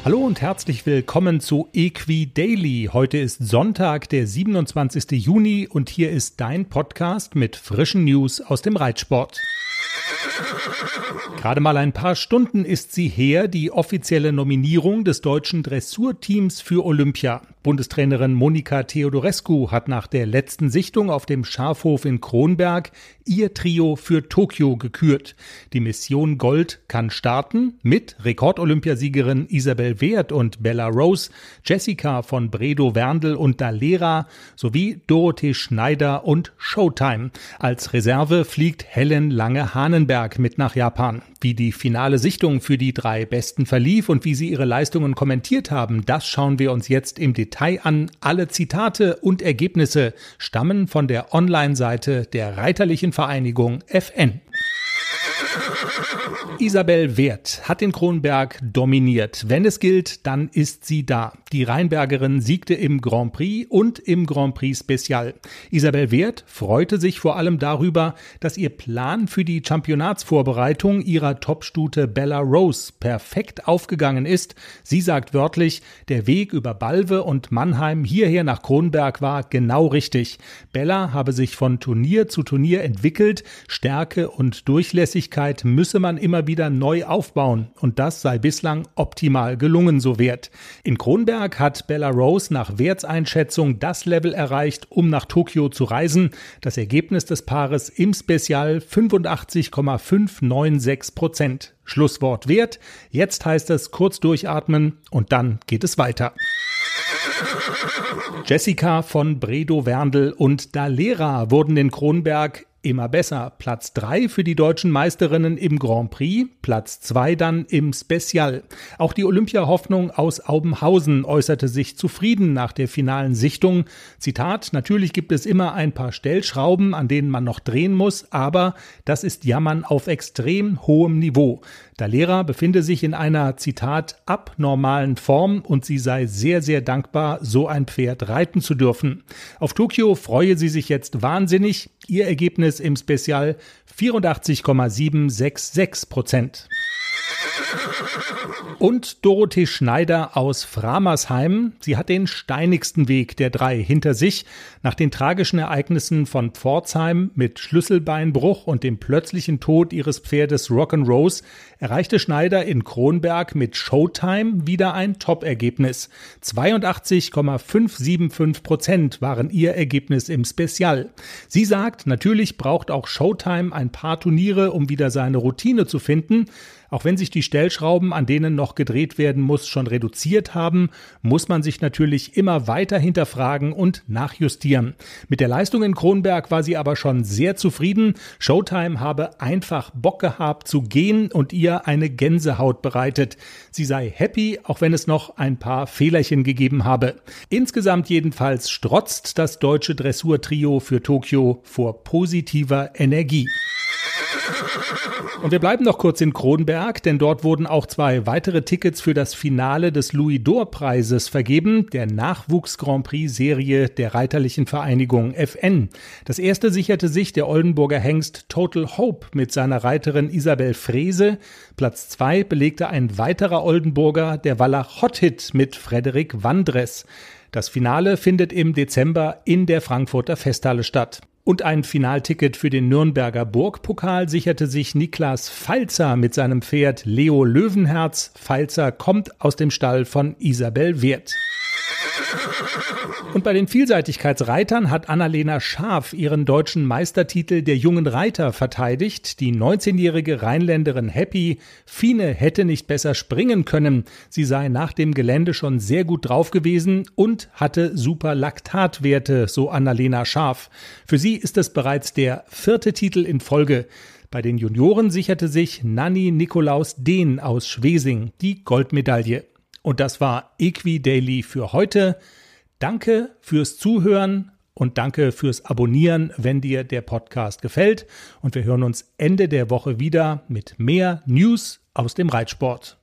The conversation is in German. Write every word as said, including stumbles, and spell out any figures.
Hallo und herzlich willkommen zu Equidaily. Heute ist Sonntag, der siebenundzwanzigster Juni und hier ist dein Podcast mit frischen News aus dem Reitsport. Gerade mal ein paar Stunden ist sie her, die offizielle Nominierung des deutschen Dressurteams für Olympia. Bundestrainerin Monika Theodorescu hat nach der letzten Sichtung auf dem Schafhof in Kronberg ihr Trio für Tokio gekürt. Die Mission Gold kann starten mit Rekordolympiasiegerin Isabel Wert und Bella Rose, Jessica von Bredow-Werndl und Dalera sowie Dorothee Schneider und Showtime. Als Reserve fliegt Helen Lange-Hahnenberg mit nach Japan. Wie die finale Sichtung für die drei Besten verlief und wie sie ihre Leistungen kommentiert haben, das schauen wir uns jetzt im Detail an. Alle Zitate und Ergebnisse stammen von der Online-Seite der Reiterlichen Vereinigung F N. Isabel Wert hat den Kronberg dominiert. Wenn es gilt, dann ist sie da. Die Rheinbergerin siegte im Grand Prix und im Grand Prix Special. Isabel Wert freute sich vor allem darüber, dass ihr Plan für die Championatsvorbereitung ihrer Topstute Bella Rose perfekt aufgegangen ist. Sie sagt wörtlich, der Weg über Balve und Mannheim hierher nach Kronberg war genau richtig. Bella habe sich von Turnier zu Turnier entwickelt. Stärke und Durchlässigkeit müsse man immer wieder neu aufbauen und das sei bislang optimal gelungen, so Wert. In Kronberg hat Bella Rose nach Werts Einschätzung das Level erreicht, um nach Tokio zu reisen. Das Ergebnis des Paares im Spezial fünfundachtzig Komma fünf neun sechs Prozent. Schlusswort Wert. Jetzt heißt es kurz durchatmen und dann geht es weiter. Jessica von Bredow-Werndl und Dalera wurden in Kronberg immer besser. Platz drei für die deutschen Meisterinnen im Grand Prix, Platz zwei dann im Special. Auch die Olympia-Hoffnung aus Aubenhausen äußerte sich zufrieden nach der finalen Sichtung. Zitat, natürlich gibt es immer ein paar Stellschrauben, an denen man noch drehen muss, aber das ist Jammern auf extrem hohem Niveau. Dalera befinde sich in einer, Zitat, abnormalen Form und sie sei sehr, sehr dankbar, so ein Pferd reiten zu dürfen. Auf Tokio freue sie sich jetzt wahnsinnig. Ihr Ergebnis im Spezial vierundachtzig Komma sieben sechs sechs Prozent. Und Dorothee Schneider aus Framersheim. Sie hat den steinigsten Weg der drei hinter sich. Nach den tragischen Ereignissen von Pforzheim mit Schlüsselbeinbruch und dem plötzlichen Tod ihres Pferdes Rock'n'Rose erreichte Schneider in Kronberg mit Showtime wieder ein Top-Ergebnis. zweiundachtzig Komma fünf sieben fünf Prozent waren ihr Ergebnis im Spezial. Sie sagt, natürlich braucht auch Showtime ein paar Turniere, um wieder seine Routine zu finden. Auch wenn sich die Stellschrauben, an denen noch gedreht werden muss, schon reduziert haben, muss man sich natürlich immer weiter hinterfragen und nachjustieren. Mit der Leistung in Kronberg war sie aber schon sehr zufrieden. Showtime habe einfach Bock gehabt zu gehen und ihr eine Gänsehaut bereitet. Sie sei happy, auch wenn es noch ein paar Fehlerchen gegeben habe. Insgesamt jedenfalls strotzt das deutsche Dressurtrio für Tokio vor positiver Energie. Und wir bleiben noch kurz in Kronberg, denn dort wurden auch zwei weitere Tickets für das Finale des Louis-d'Or-Preises vergeben, der Nachwuchs-Grand-Prix-Serie der Reiterlichen Vereinigung F N. Das erste sicherte sich der Oldenburger Hengst Total Hope mit seiner Reiterin Isabel Frese. Platz zwei belegte ein weiterer Oldenburger, der Wallach Hothit mit Frederik Wandres. Das Finale findet im Dezember in der Frankfurter Festhalle statt. Und ein Finalticket für den Nürnberger Burgpokal sicherte sich Niklas Pfalzer mit seinem Pferd Leo Löwenherz. Pfalzer kommt aus dem Stall von Isabel Wert. Und bei den Vielseitigkeitsreitern hat Annalena Schaaf ihren deutschen Meistertitel der jungen Reiter verteidigt. Die neunzehnjährige Rheinländerin Happy Fine hätte nicht besser springen können. Sie sei nach dem Gelände schon sehr gut drauf gewesen und hatte super Laktatwerte, so Annalena Schaaf. Für sie ist es bereits der vierte Titel in Folge. Bei den Junioren sicherte sich Nanni Nikolaus Dehn aus Schwesing die Goldmedaille. Und das war Equidaily für heute. Danke fürs Zuhören und danke fürs Abonnieren, wenn dir der Podcast gefällt. Und wir hören uns Ende der Woche wieder mit mehr News aus dem Reitsport.